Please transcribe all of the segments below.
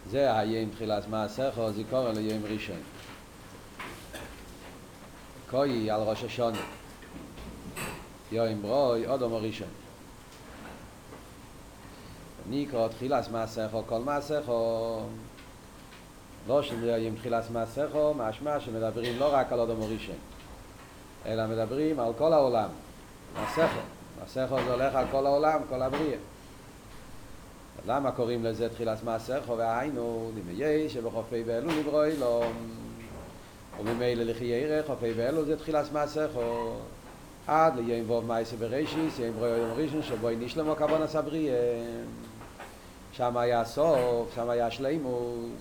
זה היום תחילת מעשיך, זה קורא ליום ראשון. קוי על ראש השונה. יום ברוי, אודום הראשון. נקרא תחילת מעשיך, כל מעשיך, לא שמדברים תחילת מעשיך, משמע שמדברים לא רק על אודום הראשון, אלא מדברים על כל העולם. מעשיך זה הולך על כל העולם, כל הבריאה. למה קוראים לזה תחילת מעשיך? והיינו, נמיה שבחופי באלו נברוא אילום, וממילא לכי ירח, חופי באלו זה תחילת מעשיך, עד ליום ווב מייסה בראשיס, יום ברוא יום ראשון, שבו נשלמו כוונס הבריאה. שם היה סוף, שם היה שלימוס.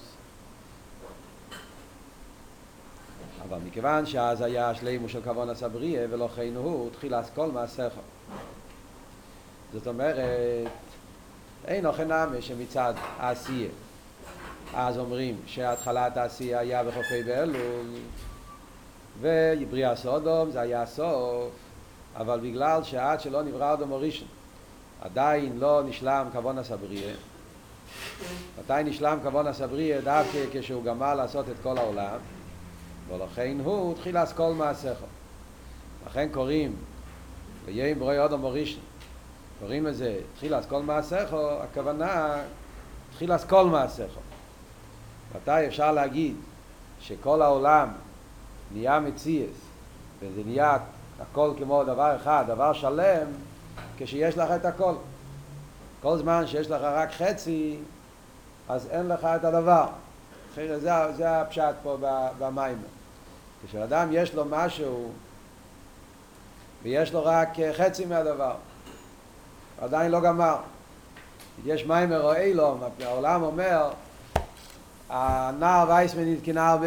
אבל מכיוון שאז היה שלימוס של כוונס הבריאה, ולכן הוא תחילת כל מעשיך. זאת אומרת, אין אוכן נמי שמצד העשייה אז אומרים שהתחלת העשייה היה בחופי באלול ובריאה סודום זה היה הסוף, אבל בגלל שעד שלא נברא אדום הראשון עדיין לא נשלם כוונס הבריאה. מתי נשלם כוונס הבריאה? דווקא כשהוא גמר לעשות את כל העולם, ולכן הוא תחילת כל מעשיך. לכן קוראים ליום ברוא אדום הראשון, קוראים לזה תחילת כל מעשיך, הכוונה תחילת כל מעשיך. מתי אפשר להגיד שכל העולם נהיה מציאס וזה נהיה הכל כמו דבר אחד, דבר שלם, כשיש לך את הכל. כל זמן שיש לך רק חצי, אז אין לך את הדבר. זה הפשט פה במים. כשאדם יש לו משהו ויש לו רק חצי מהדבר, עדיין לא גמר. יש מיימר או אילום, העולם אומר הנער וייסמן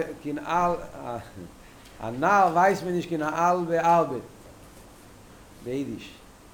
הנער וייסמן יש כנעל בארבט ביידיש.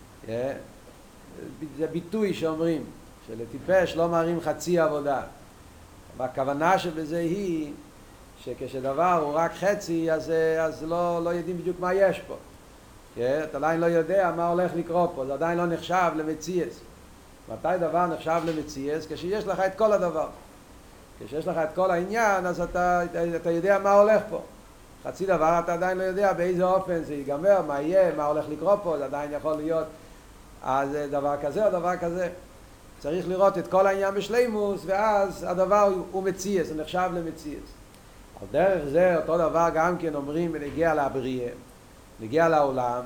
זה ביטוי שאומרים שלטיפש לא מראים חצי עבודה, והכוונה שבזה היא שכשדבר הוא רק חצי אז לא יודעים בדיוק מה יש פה. אתה עדיין לא יודע מה הולך לקרות פה, זה עדיין לא נחשב למציאס. מתי דבר נחשב למציאס? כשיש לך את כל הדבר. כשיש לך את כל העניין, אז אתה יודע מה הולך פה. חצי דבר אתה עדיין לא יודע באיזה אופן זה ייגמר, מה יהיה, מה הולך לקרות פה, זה עדיין יכול להיות אז דבר כזה או דבר כזה. צריך לראות את כל העניין בשלימוס, ואז הדבר הוא מציאס, הוא נחשב למציאס. על דרך זה אותו דבר גם כן אומרים ונגיע לבריאה. נגיע לעולם,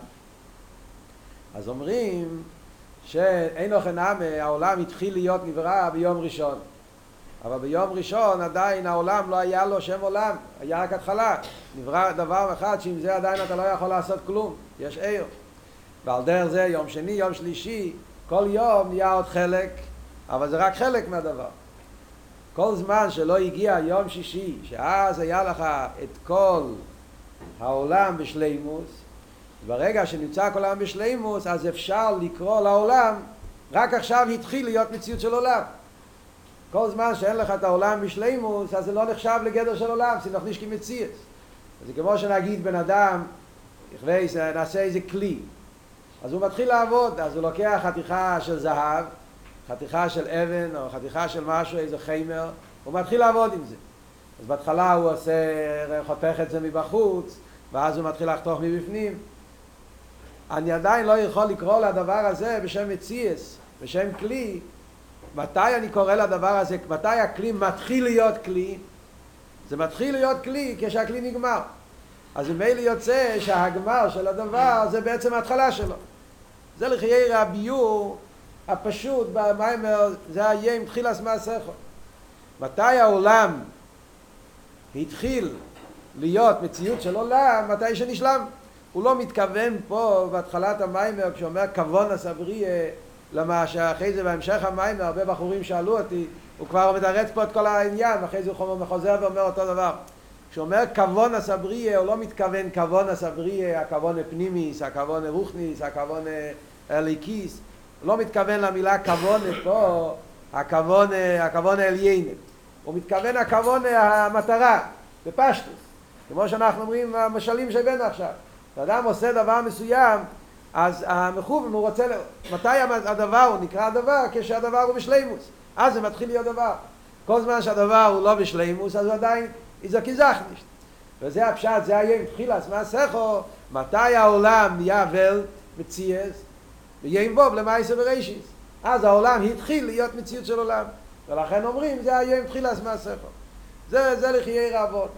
אז אומרים שאין אוכן נמי, העולם התחיל להיות נברא ביום ראשון, אבל ביום ראשון עדיין העולם לא היה לו שם עולם, היה רק התחלה. נברא דבר אחד שעם זה עדיין אתה לא יכול לעשות כלום, יש עיר. ועל דרך זה יום שני, יום שלישי, כל יום נהיה עוד חלק, אבל זה רק חלק מהדבר. כל זמן שלא הגיע יום שישי, שאז היה לך את כל העולם בשלימוס, ברגע שנמצא כל העולם בשלימוס, אז אפשר לקרוא לעולם, רק עכשיו התחיל להיות מציאות של עולם. כל זמן שאין לך את העולם בשלימוס, אז זה לא נחשב לגדר של עולם, זה נחליש כמציאות. זה כמו שנגיד בן אדם, נעשה איזה כלי, אז הוא מתחיל לעבוד, אז הוא לוקח חתיכה של זהב, חתיכה של אבן, או חתיכה של משהו, איזה חיימר, הוא מתחיל לעבוד עם זה. אז בהתחלה הוא חותך את זה מבחוץ, ואז הוא מתחיל לחתוך מבפנים. אני עדיין לא יכול לקרוא לדבר הזה בשם מציאס, בשם כלי. מתי אני קורא לדבר הזה? מתי הכלי מתחיל להיות כלי? זה מתחיל להיות כלי כשהכלי נגמר. אז ממילא יוצא שהגמר של הדבר זה בעצם ההתחלה שלו. זה לחיי הביור הפשוט במיימר, זה היה עם תחילת מעשיך. מתי העולם התחיל להיות מציאות של עולם? מתי שנשלם. הוא לא מתכוון פה בהתחלת המיימר כשאומר כוונס הבריאה, למה שאחרי זה בהמשך המיימר הרבה בחורים שאלו אותי, הוא כבר מתרץ פה את כל העניין, אחרי זה הוא חוזר ואומר אותו דבר. כשאומר כוונס הבריאה הוא לא מתכוון כוונס הבריאה, הכוון פנימיס, הכוון רוחניס, הכוון אליקיס, הוא לא מתכוון למילה כוון פה, הכוון העליינת. הוא מתכוון הכוון המטרה, בפשטוס. כמו שאנחנו אומרים המשלים שהבאנו עכשיו. כשאדם עושה דבר מסוים, אז המכוון הוא רוצה, מתי הדבר הוא נקרא הדבר? כשהדבר הוא בשלימוס. אז זה מתחיל להיות דבר. כל זמן שהדבר הוא לא בשלימוס, אז עדיין איזה כזך נשת. וזה הפשט, זה היה עם תחילס מהסכו, מתי העולם נהיה ולט מציאס, ויהיה בוב למעשה בראשיס. אז העולם התחיל להיות מציאות של עולם. ולכן אומרים, זה היה עם תחילס מהסכו. זה לחיי רעבוד.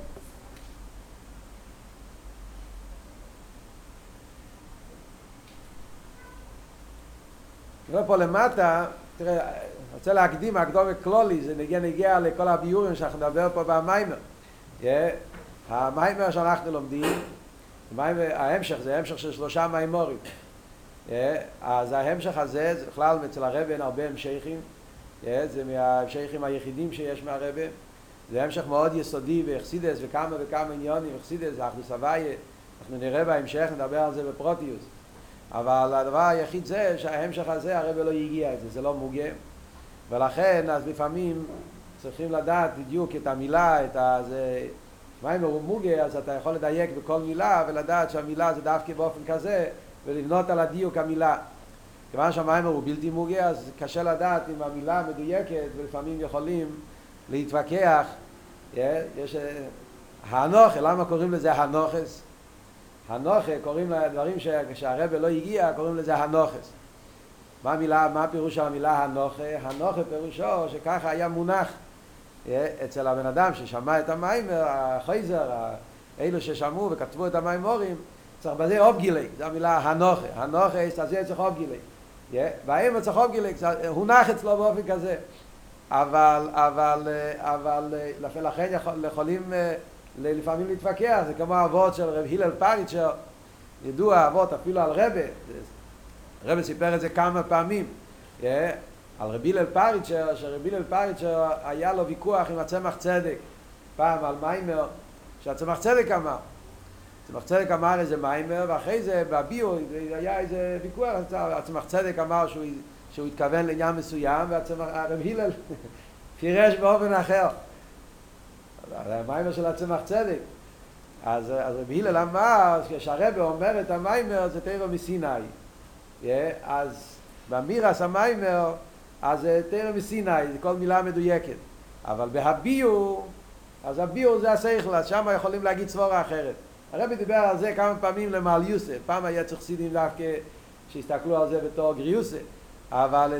נראה פה למטה, תראה, אני רוצה להקדים, הקדום כלולי, זה נגיע לכל הביורים שאנחנו נדבר פה במיימר. המיימר שאנחנו לומדים, ההמשך זה המשך של 3 מיימורים. אז ההמשך הזה, זה בכלל אצל הרב אין הרבה המשכים, זה מההמשכים היחידים שיש מהרב. זה המשך מאוד יסודי בחסידות וכמה וכמה עניונים בחסידות, זה אחדות הוויה, אנחנו נראה בהמשך, נדבר על זה בפרוטיוס. אבל הדבר היחיד זה שההמשך הזה הרב לא הגיע את זה, זה לא מוגע. ולכן אז לפעמים צריכים לדעת בדיוק את המילה, את הזה, מיימר הוא מוגע, אז אתה יכול לדייק בכל מילה ולדעת שהמילה זה דווקא באופן כזה ולבנות על הדיוק המילה. כיוון שהמיימר הוא בלתי מוגע, אז קשה לדעת אם המילה מדויקת ולפעמים יכולים להתווכח. יש הנוכה, למה קוראים לזה הנוכס? הנוכה קוראים לדברים שהרבא לא הגיע, קוראים לזה הנוכס. מה פירוש המילה הנוכה? הנוכה פירושו שככה היה מונח אצל הבן אדם ששמע את המיימר, החייזר, אלו ששמעו וכתבו את המיימורים, צריך בזה אובגילי, זו המילה הנוכה. הנוכה, זה צריך אובגילי. בהם צריך אובגילי, הונח אצלו באופן כזה. אבל לכן יכולים לפעמים להתווכח, זה כמו האבות של רב הלל פריצ'ר, ידוע האבות אפילו על רבא, רבא סיפר את זה כמה פעמים, על רב הלל פריצ'ר, שרב הלל פריצ'ר היה לו ויכוח עם הצמח צדק, פעם על מיימר, שהצמח צדק אמר. הצמח צדק אמר איזה מיימר, ואחרי זה בביו היה איזה ויכוח, הצמח צדק אמר שהוא התכוון לעניין מסוים, והרב הלל פירש באופן אחר. המיימר של הצמח צדק. אז רב הלל אמר, כשהרבא אומר את המיימר זה תורה מסיני. אז במירס המיימר, אז זה תורה מסיני, זה כל מילה מדויקת. אבל בהביור, אז הביור זה השכל, אז שם יכולים להגיד סבורה אחרת. הרבא דיבר על זה כמה פעמים למעל יוסף. פעם היה צריך חסידים דווקא שהסתכלו על זה בתור גריוסה. אבל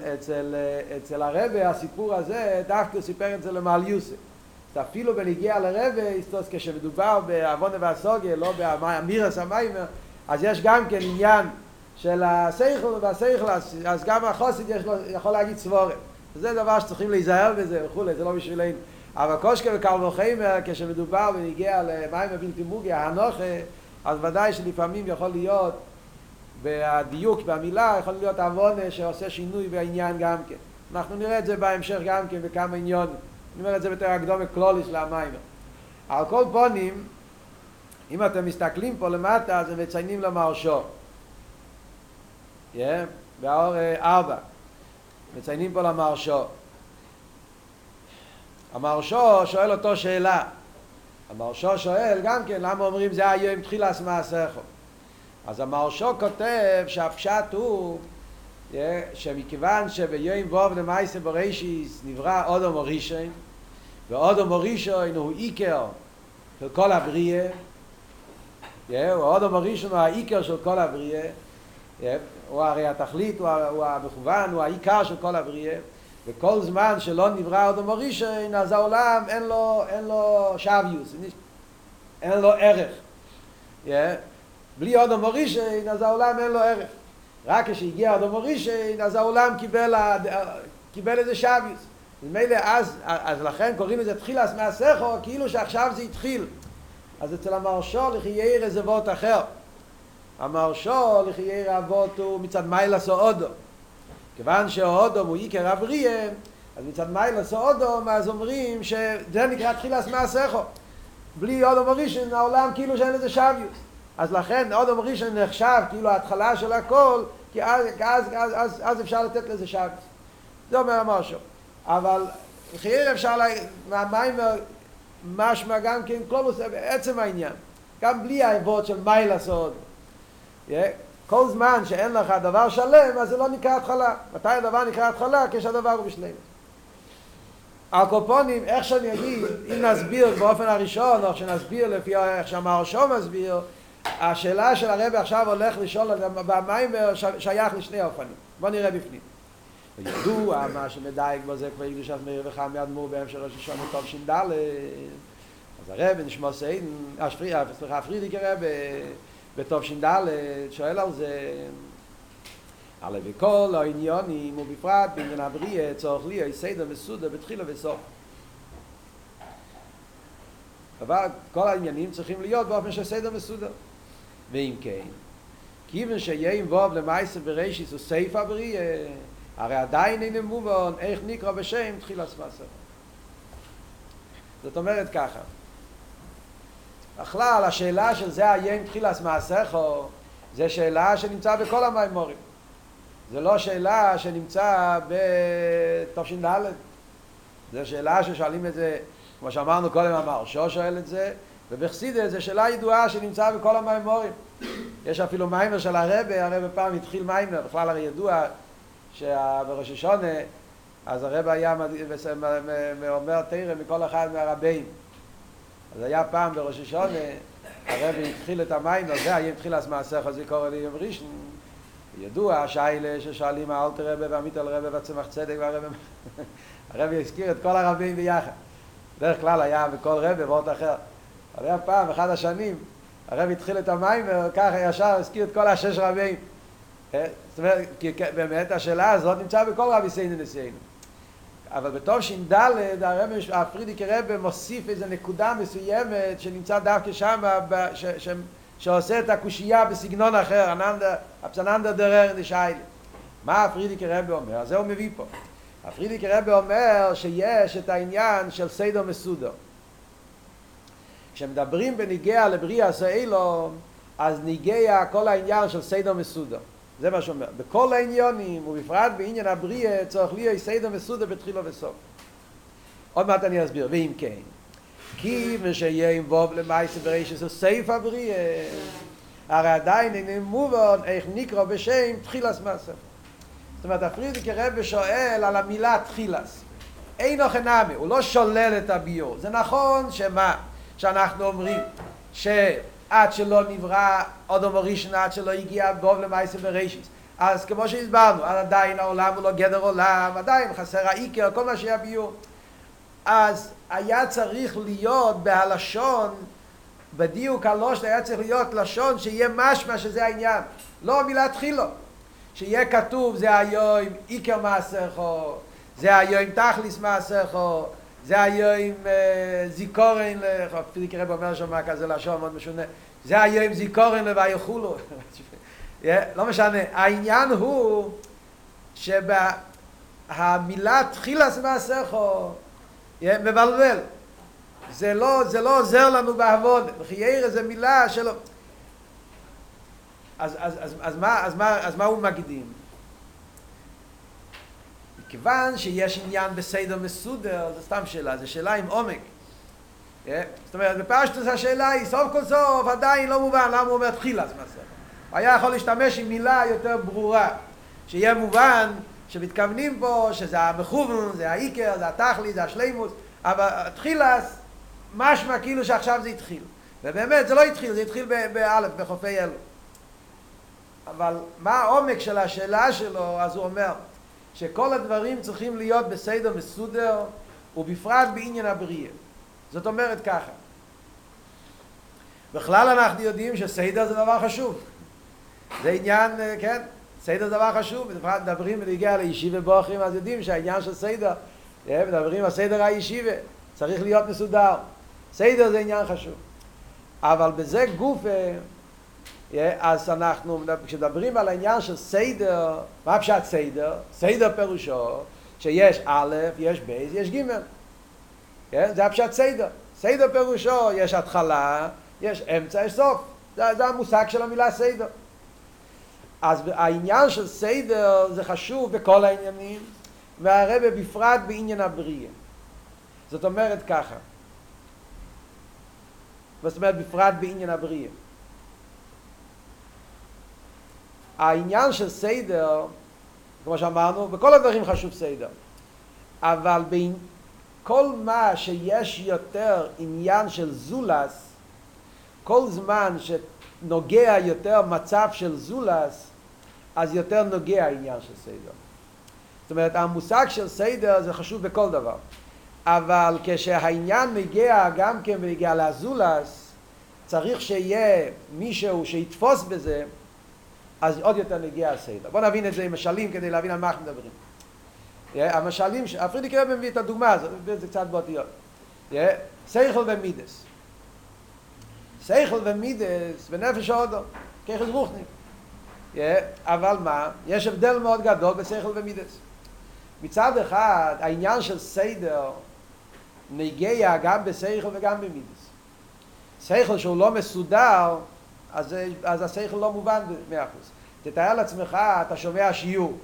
אצל הרבא הסיפור הזה, דווקא הוא סיפר את זה למעל יוסף. אפילו בנגיע לרבא, כשמדובר בעוונה והסוגיה, לא באמירס המיימר, אז יש גם כן עניין של השכל והשכל, אז גם החסיד יכול להגיד סבורה. זה דבר שצריכים להיזהר בזה וכו', זה לא בשבילנו. אבל קושקה וקל וחומר, כשמדובר בנגיע למיימר בלתי מוגע, הנוכה, אז ודאי שלפעמים יכול להיות, בדיוק במילה, יכול להיות עוונה שעושה שינוי בעניין גם כן. אנחנו נראה את זה בהמשך גם כן בכמה עניונים. אני אומר את זה בתור הקדומה כלולית של המיימר. על כל פונים, אם אתם מסתכלים פה למטה, אז הם מציינים למרשו. באור 4. מציינים פה למרשו. המרשו שואל אותו שאלה. המרשו שואל גם כן, למה אומרים זה היום תחילס מעשיכו? אז המרשו כותב שהפשט הוא שמכיוון שביום ווב למעשה בראשיס נברא אדם הראשון, ואדם הראשון הוא עיקר של כל הבריאה, האדם הראשון הוא העיקר של כל הבריאה, הוא הרי התכלית, הוא המכוון, הוא העיקר של כל הבריאה, וכל זמן שלא נברא אדם הראשון, אז העולם אין לו שוויוס, אין לו ערך. בלי אדם הראשון, אז העולם אין לו ערך. רק כשהגיע אדם הראשון, אז העולם קיבל איזה שוויוס. אז לכן קוראים לזה תחילס מעשיכו, כאילו שעכשיו זה התחיל. אז אצל המרשו לחייר איזה וורט אחר. המרשו לחייר אבות הוא מצד מיילס או אודו. כיוון שהאודום הוא עיקר הבריאה, אז מצד מיילס או אודום, אז אומרים שזה נקרא תחילס מעשיכו. בלי אדם הראשון, העולם כאילו שאין לזה שוויוס. אז לכן אדם הראשון נחשב כאילו ההתחלה של הכל, כי אז אפשר לתת לזה שוויס. זה אומר המרשו. אבל חייר אפשר מהמיימר משמע גם כן כלולוס בעצם העניין. גם בלי האבות של מיילס או אודום. כל זמן שאין לך דבר שלם, אז זה לא נקרא התחלה. מתי הדבר נקרא התחלה? כשהדבר הוא בשלם. הקופונים, איך שאני אגיד, אם נסביר באופן הראשון, או שנסביר לפי איך שהמהרש"ם מסביר, השאלה של הרב עכשיו הולך לשאול במיימר שייך לשני האופנים. בוא נראה בפנים. וידוע מה שמדייק בו זה כבר יקדושת מאיר וחם ידמו בהמשך ראש השונה טוב ש"ד. אז הרב נשמע סיין, הפרידיק הרב בטוב ש"ד שואל על זה, הרי בכל העניונים ובפרט בעניין הבריאה צורך להיות סדר מסודר בתחילה וסוף. אבל כל העניינים צריכים להיות באופן של סדר מסודר. ואם כן, כיוון שיהיה ווב למעשה בראשיס וסייף הבריאה, הרי עדיין אין מובן איך נקרא בשם תחילת מעשה. זאת אומרת ככה, בכלל השאלה של זה היה תחילת מעשה זה שאלה שנמצא בכל המיימורים. זה לא שאלה שנמצא בתש"ד. זו שאלה ששואלים את זה, כמו שאמרנו קודם, המהרש"א שואל את זה, ובחסידות זו שאלה ידועה שנמצא בכל המיימורים. יש אפילו מיימר של הרב פעם התחיל מיימר, בכלל הרי ידוע שבראש השונה, אז הרב היה אומר תורה מכל אחד מהרבים. אז היה פעם בראש השונה, הרב התחיל את המיימר, זה היה התחיל מעשה זיכרון ליום ראשון. ידוע השאלה ששואלים האלטר רבי והמיטל רבי והצמח צדק הרבי הזכיר את כל הרבים ביחד. בדרך כלל היה בכל רבי ואות אחר. אבל היה פעם, אחד השנים, הרבי התחיל את המיימר, ככה ישר הזכיר את כל השש רבים. זאת אומרת, כי באמת השאלה הזאת נמצאה בכל רבי סיינו נשיאנו. אבל בתור ש"ד, הרבי הפרידיק רבי מוסיף איזו נקודה מסוימת שנמצא דווקא שם, שעושה את הקושייה בסגנון אחר, הפסננדר דרר נשאל. מה הפרידיק רבי אומר? זה הוא מביא פה. הפרידיק רבי אומר שיש את העניין של סדר מסודר. כשמדברים בניגע לבריאה סאילום, אז ניגע כל העניין של סדר מסודר. זה מה שאומר. בכל העניונים, ובפרט בעניין הבריאה, צריך להיות סדר מסודר בתחילה וסוף. עוד מעט אני אסביר. ואם כן, כיוון שיהיה עם ווב למעשה בראשיס וסייף הבריאה, הרי עדיין אין מובן איך נקרא בשם תחילת מעשה. זאת אומרת, הפרידיק רבי שואל על המילה תחילת. אין אוכנמי, הוא לא שולל את הביור. זה נכון שמה? שאנחנו אומרים שעד שלא נברא אדם הראשון, עד שלא הגיע ווב למעשה בראשיס. אז כמו שהסברנו, עדיין העולם הוא לא גדר עולם, עדיין חסר העיקר, כל מה שהיה ביור. אז היה צריך להיות בהלשון, בדיוק הלושן היה צריך להיות לשון שיהיה משמע שזה העניין. לא המילה תחילו. שיהיה כתוב זה היום עיקר מעשךו, זה היום תכליס מעשךו, זה היום זיכורן, פרידיק רבי אומר שם כזה לשון מאוד משונה, זה היום זיכורן ויחולו. לא משנה, העניין הוא שבמילה תחילת מעשךו מבלבל. זה לא עוזר לנו בעבוד. חייר איזה מילה שלא. אז מה הוא מקדים? מכיוון שיש עניין בסדר מסודר, זה סתם שאלה, זה שאלה עם עומק. זאת אומרת, בפשטוס השאלה היא, סוף כל סוף עדיין לא מובן למה הוא אומר תחילת מעשךו. היה יכול להשתמש עם מילה יותר ברורה, שיהיה מובן שמתכוונים פה שזה המכוון, זה העיקר, זה התכלית, זה השלימות, אבל תחילת משמע כאילו שעכשיו זה התחיל. ובאמת זה לא התחיל, זה התחיל באלף, בחופי אלו. אבל מה העומק של השאלה שלו? אז הוא אומר שכל הדברים צריכים להיות בסדר מסודר, ובפרט בעניין הבריאה. זאת אומרת ככה. בכלל אנחנו יודעים שסדר זה דבר חשוב. זה עניין, כן? סדר זה דבר חשוב. מדברים ולהגיע לישיבה בוחרים, אז יודעים שהעניין של סדר, מדברים על סדר הישיבה, צריך להיות מסודר. סדר זה עניין חשוב. אבל בזה גוף, אז אנחנו, כשדברים על העניין של סדר, מה פשט סדר? סדר פירושו שיש א', יש ב', יש ג'. זה הפשט סדר. סדר פירושו יש התחלה, יש אמצע, יש סוף. זה המושג של המילה סדר. אז העניין של סדר זה חשוב בכל העניינים, והרבא בפרט בעניין הבריאה. זאת אומרת ככה. זאת אומרת בפרט בעניין הבריאה. העניין של סדר, כמו שאמרנו, בכל הדברים חשוב סדר. אבל כל מה שיש יותר עניין של זולס, כל זמן שנוגע יותר מצב של זולס, אז יותר נוגע העניין של סדר. זאת אומרת, המושג של סדר זה חשוב בכל דבר. אבל כשהעניין מגיע גם כן ומגיע לזולס, צריך שיהיה מישהו שיתפוס בזה, אז עוד יותר נגיע הסדר. בואו נבין את זה עם משלים כדי להבין על מה אנחנו מדברים. המשלים, הפרידיקר מביא את הדוגמה הזאת, זה קצת באותיות. שכל ומידס. שכל ומידס ונפש האודו, כיחס רוחניק. אבל מה? יש הבדל מאוד גדול בשכל ומידס. מצד אחד, העניין של סדר נגיע גם בשכל וגם במידס. שכל שהוא לא מסודר, אז השכל לא מובן ב-100%. תתאר לעצמך, אתה שומע שיעור,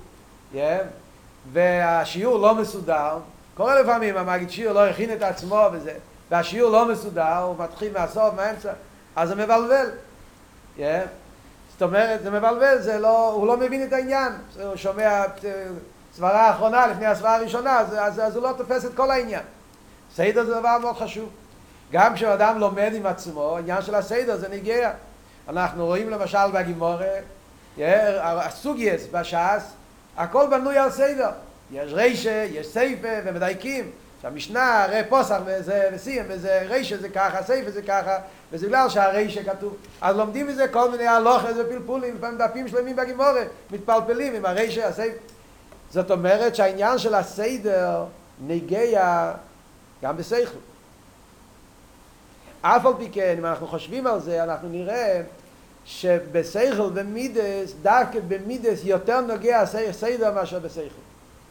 והשיעור לא מסודר, קורה לפעמים, המגיד שיעור לא הכין את עצמו וזה, והשיעור לא מסודר, הוא מתחיל מהסוף, מהאמצע, אז זה מבלבל. זאת אומרת, זה מבלבל, הוא לא מבין את העניין. הוא שומע סברה האחרונה לפני הסברה הראשונה, אז הוא לא תופס את כל העניין. סדר זה דבר מאוד חשוב. גם כשאדם לומד עם עצמו, העניין של הסדר זה נגיע. אנחנו רואים למשל בגימורה, הסוגייס בש"ס, הכל בנוי על סדר. יש רישה, יש סייפה ומדייקים. שהמשנה, הרי פוסח וזה וסיים, וזה רישה זה ככה, סייפה זה ככה, וזה בגלל שהרישה כתוב. אז לומדים מזה כל מיני הלוכות ופלפולים, לפעמים דפים שלמים בגימורה, מתפלפלים עם הרישה, הסייפה. זאת אומרת שהעניין של הסדר נגיע גם בשכל. אף על פי כן, אם אנחנו חושבים על זה, אנחנו נראה שבשכל ומידס, דווקא במידס יותר נוגע סדר מאשר בשכל.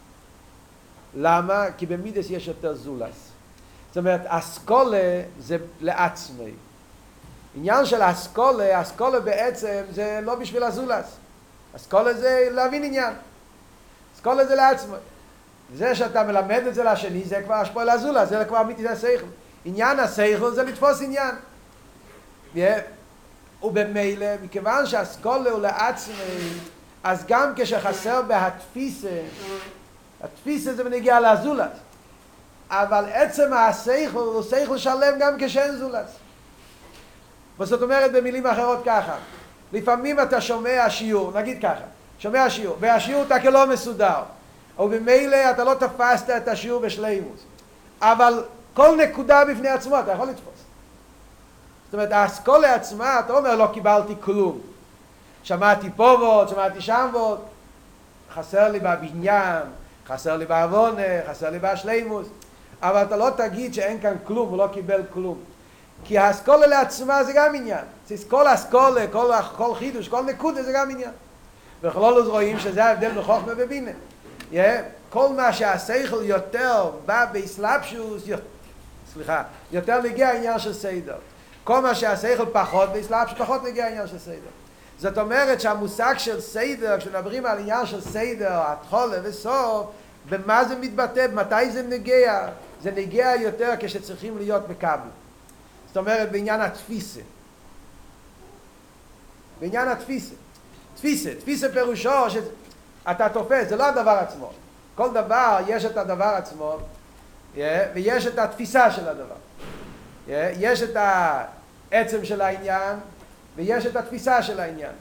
למה? כי במידס יש יותר זולס. זאת אומרת, אסכולה זה לעצמי. עניין של אסכולה, אסכולה בעצם זה לא בשביל הזולס. אסכולה זה להבין עניין. אסכולה זה לעצמי. זה שאתה מלמד את זה לשני, זה כבר השפוע לזולס, זה כבר אמיתי השכל. עניין השכל זה לתפוס עניין. ובמילא, מכיוון שהאסכולה הוא לעצמי, אז גם כשחסר בהתפיסה, התפיסה זה בנגיע לזולס. אבל עצם השכל הוא שכל שלם גם כשאין זולס. וזאת אומרת במילים אחרות ככה, לפעמים אתה שומע שיעור, נגיד ככה, שומע שיעור, והשיעור אתה כלא מסודר, ובמילא אתה לא תפסת את השיעור בשלימות. אבל כל נקודה בפני עצמו אתה יכול לתפוס. זאת אומרת, האסכולה עצמה, אתה אומר, לא קיבלתי כלום. שמעתי פה ועוד, שמעתי שם ועוד. חסר לי בבניין, חסר לי בעוונה, חסר לי בשלימות. אבל אתה לא תגיד שאין כאן כלום, הוא לא קיבל כלום. כי האסכולה לעצמה זה גם עניין. כל האסכולה, כל חידוש, כל נקודה זה גם עניין. וכלולוס רואים שזה ההבדל בחוכמה ובינה. כל מה שהשכל יותר בא באסלאפשוס, יותר נגיע העניין של סדר. כל מה שהשכל פחות באסלאפשוס, פחות נגיע העניין של סדר. זאת אומרת שהמושג של סדר, כשנדברים על עניין של סדר, התחלה וסוף, במה זה מתבטא, מתי זה נגיע? זה נגיע יותר כשצריכים להיות בקבל. זאת אומרת בעניין התפיסה. בעניין התפיסה. תפיסה פירושו שאתה תופס, זה לא הדבר עצמו. כל דבר יש את הדבר עצמו, ויש את התפיסה של הדבר. יש את העצם של העניין, ויש את התפיסה של העניין.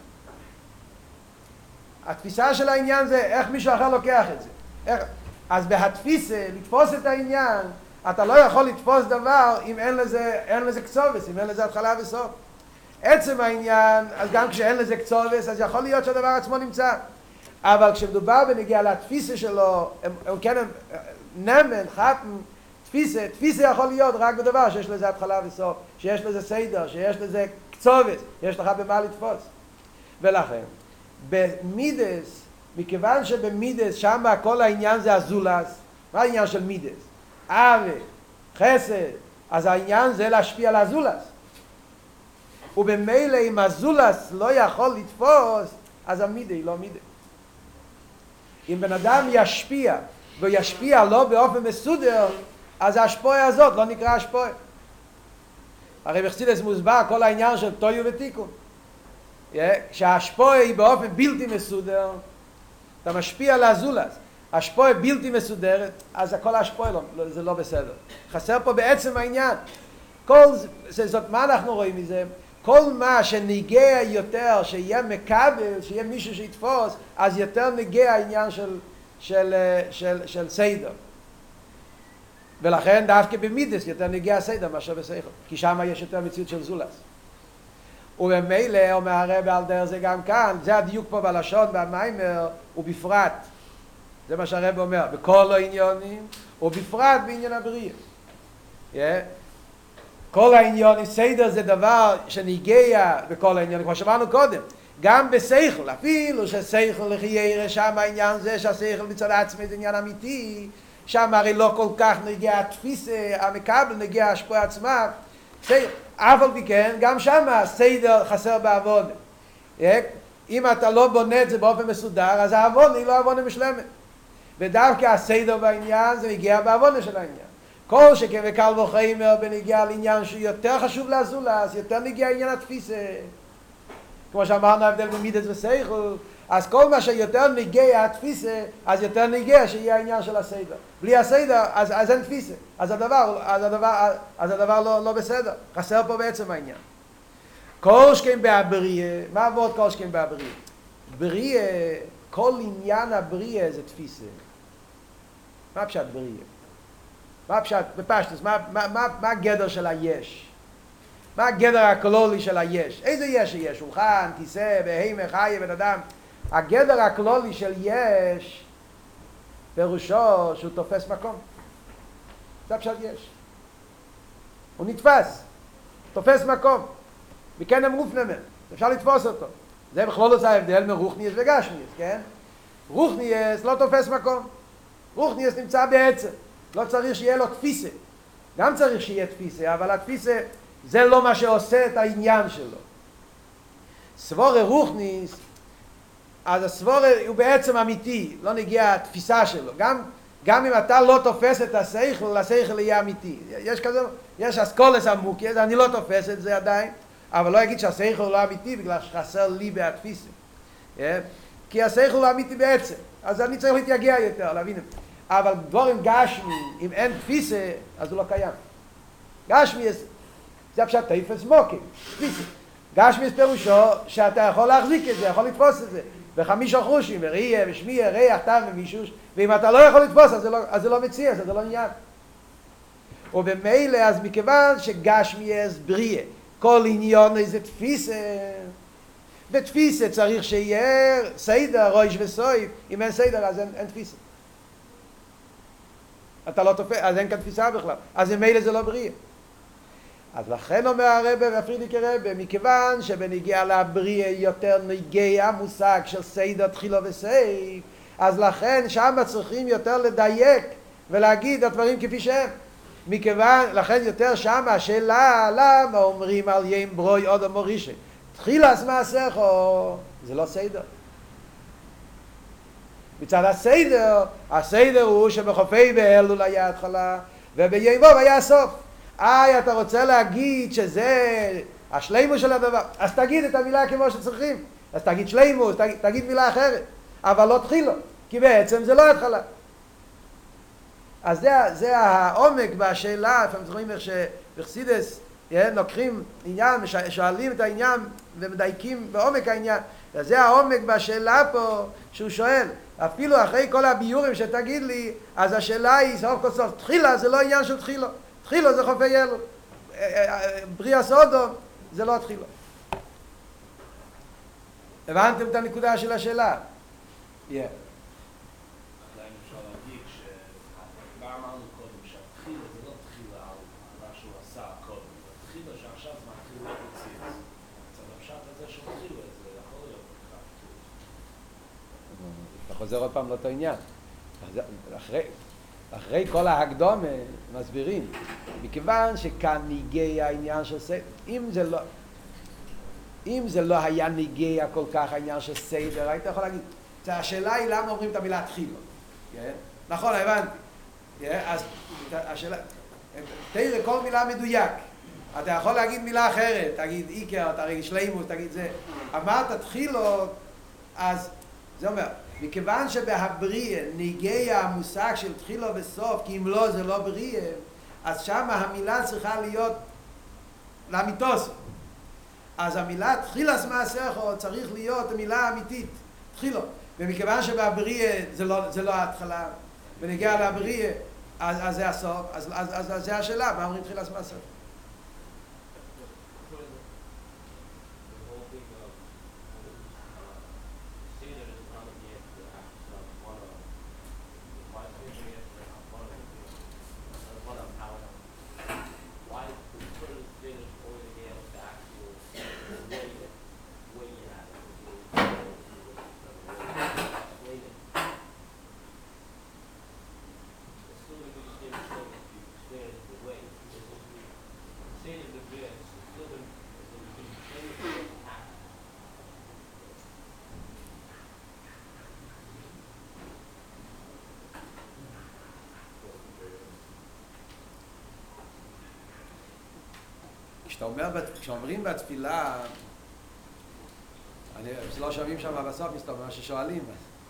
התפיסה של העניין זה איך מישהו אחר לוקח את זה. אז בהתפיסה, לתפוס את העניין, אתה לא יכול לתפוס דבר אם אין לזה קצובס, אם אין לזה התחלה וסוף. עצם העניין, אז גם כשאין לזה קצובס, אז יכול להיות שהדבר עצמו נמצא. אבל כשמדובר בנגיע לתפיסה שלו, הם כן נמן, חפן, תפיסה יכול להיות רק בדבר שיש לזה התחלה וסוף, שיש לזה סדר, שיש לזה קצובס, יש לך במה לתפוס. ולכן, במידס, מכיוון שבמידס שם כל העניין זה הזולס, מה העניין של מידס? אהבה, חסד, אז העניין זה להשפיע על הזולס. ובמילא אם הזולס לא יכול לתפוס, אז המידה היא לא מידה. אם בן אדם ישפיע, וישפיע לא באופן מסודר, אז ההשפועה הזאת לא נקרא השפועה. הרי בחסידות מוסבר כל העניין של טויו ותיקון. כשההשפועה היא באופן בלתי מסודר, אתה משפיע על הזולס. השפועה בלתי מסודרת, אז הכל השפועה זה לא בסדר. חסר פה בעצם העניין. זאת מה אנחנו רואים מזה? כל מה שנגיע יותר, שיהיה מקבל, שיהיה מישהו שיתפוס, אז יותר נגיע העניין של סדר. ולכן דווקא במידס יותר נגיע הסדר מאשר בשכל, כי שם יש יותר מציאות של זולס. ובמילא אומר הרב על דרך זה גם כאן, זה הדיוק פה בלשון, במיימר, ובפרט. זה מה שהרב אומר, בכל העניונים, ובפרט בעניין הבריאה. כל העניונים, סדר זה דבר שנגיע בכל העניונים, כמו שאמרנו קודם, גם בשכל, אפילו ששכל לחיירה, שם העניין זה שהשכל מצד עצמי זה עניין אמיתי, שם הרי לא כל כך נגיע התפיסה, המקבל נגיע השפוע עצמה, אף על פי כן, גם שם הסדר חסר בעוונה. אם אתה לא בונה את זה באופן מסודר, אז העוונה היא לא עוונה משלמת. ודווקא הסדר בעניין זה מגיע בעוונה של העניין. כל שכן וקל וחומר בנגיע לעניין שיותר חשוב לזולס, יותר נגיע עניין התפיסה. כמו שאמרנו, ההבדל במידס ושכל, אז כל מה שיותר נגיע התפיסה, אז יותר נגיע שיהיה העניין של הסדר. בלי הסדר, אז אין תפיסה. אז הדבר לא בסדר. חסר פה בעצם העניין. כל שכן בהבריאה, מה עבוד כל שכן בהבריאה? בריאה, כל עניין הבריאה זה תפיסה. מה פשט בריאה? מה פשט, בפשטוס, מה הגדר של היש? מה הגדר הכלולי של היש? איזה יש שיש? שולחן, כיסא, בהמה, חיה, בן אדם. הגדר הכלולי של יש, פירושו שהוא תופס מקום. זה פשט יש. הוא נתפס, תופס מקום. מכן הם מופנמן, אפשר לתפוס אותו. זה בכלול עושה הבדל מרוחניאס וגשמיאס, כן? רוחניאס לא תופס מקום. רוחניאס נמצא בעצם. לא צריך שיהיה לו תפיסה. גם צריך שיהיה תפיסה, אבל התפיסה זה לא מה שעושה את העניין שלו. סבורה רוחניס, אז הסבורה הוא בעצם אמיתי, לא נגיע התפיסה שלו. גם אם אתה לא תופס את השכל, השכל יהיה אמיתי. יש כזה, יש אסכולס עמוקי, אז אני לא תופס את זה עדיין, אבל לא אגיד שהשכל לא אמיתי בגלל שחסר לי בהתפיסה. כי השכל לא אמיתי בעצם, אז אני צריך להתייגע יותר, להבין את זה. אבל דברים גשמי, אם אין תפיסה, אז הוא לא קיים. גשמי, זה פשוט תפס מוקים, תפיסה. גשמי פירושו שאתה יכול להחזיק את זה, יכול לתפוס את זה. בחמישה חושים, ראייה, ושמיע, ריח, טעם ומישוש, ואם אתה לא יכול לתפוס, אז זה לא מציע, זה לא עניין. ובמילא, אז מכיוון שגשמי בריאה, כל עניון איזה תפיסה, בתפיסה צריך שיהיה סדר, ראש וסויף, אם אין סדר אז אין תפיסה. אתה לא תופס, אז אין כאן תפיסה בכלל. אז ממילא זה לא בריאה. אז לכן אומר הרב והפרידיקי רב, מכיוון שבנגיע לבריאה יותר נגיע מושג של סדר, תחילה וסייף, אז לכן שם צריכים יותר לדייק ולהגיד הדברים כפי שהם. מכיוון, לכן יותר שם השאלה למה אומרים על ים ברוי עוד המורישה. תחילה אז מעשיך, זה לא סדר. מצד הסדר הוא שבחופי באלול היה התחלה וביום ווב היה הסוף. אתה רוצה להגיד שזה השלימוס של הדבר, אז תגיד את המילה כמו שצריכים. אז תגיד שלימוס, תגיד מילה אחרת, אבל לא תחילו, כי בעצם זה לא התחלה. אז זה העומק בשאלה, לפעמים זוכרים איך שבחסידס לוקחים עניין, שואלים את העניין ומדייקים בעומק העניין. אז זה העומק בשאלה פה שהוא שואל, אפילו אחרי כל הביורים שתגיד לי, אז השאלה היא סוף כל סוף, תחילה זה לא עניין של תחילו, תחילו זה חופי אלול, בריאה סודום זה לא תחילו. הבנתם את הנקודה של השאלה? עדיין אפשר להגיד שכבר אמרנו קודם שהתחילה זה לא תחילה על מה שהוא עשה קודם, זה תחילה שעכשיו זה מתחיל להוציא את זה. אז הפשט הזה שמתחילו את זה יכול להיות אתה חוזר עוד פעם לאותו עניין. אחרי כל ההקדומה מסבירים, מכיוון שכאן ניגע העניין של סדר, אם זה לא היה ניגע כל כך העניין של סדר, היית יכול להגיד, השאלה היא למה אומרים את המילה תחילו. נכון, הבנתי. אז השאלה, תראה כל מילה מדויק. אתה יכול להגיד מילה אחרת, תגיד איקר, תגיד שלימוס, תגיד זה. אמרת תחילו, אז זה אומר, מכיוון שבהבריא נגיע המושג של תחילה וסוף, כי אם לא זה לא בריא, אז שם המילה צריכה להיות לאמיתוס. אז המילה תחילס מעשיכו צריך להיות המילה האמיתית, תחילו. ומכיוון שבהבריא זה לא ההתחלה, ונגיע להבריא, אז זה הסוף, אז זה השאלה, מה אומרים תחילס מעשיכו? כשאומרים בתפילה, לא שומעים שם בסוף מסתובב מה ששואלים.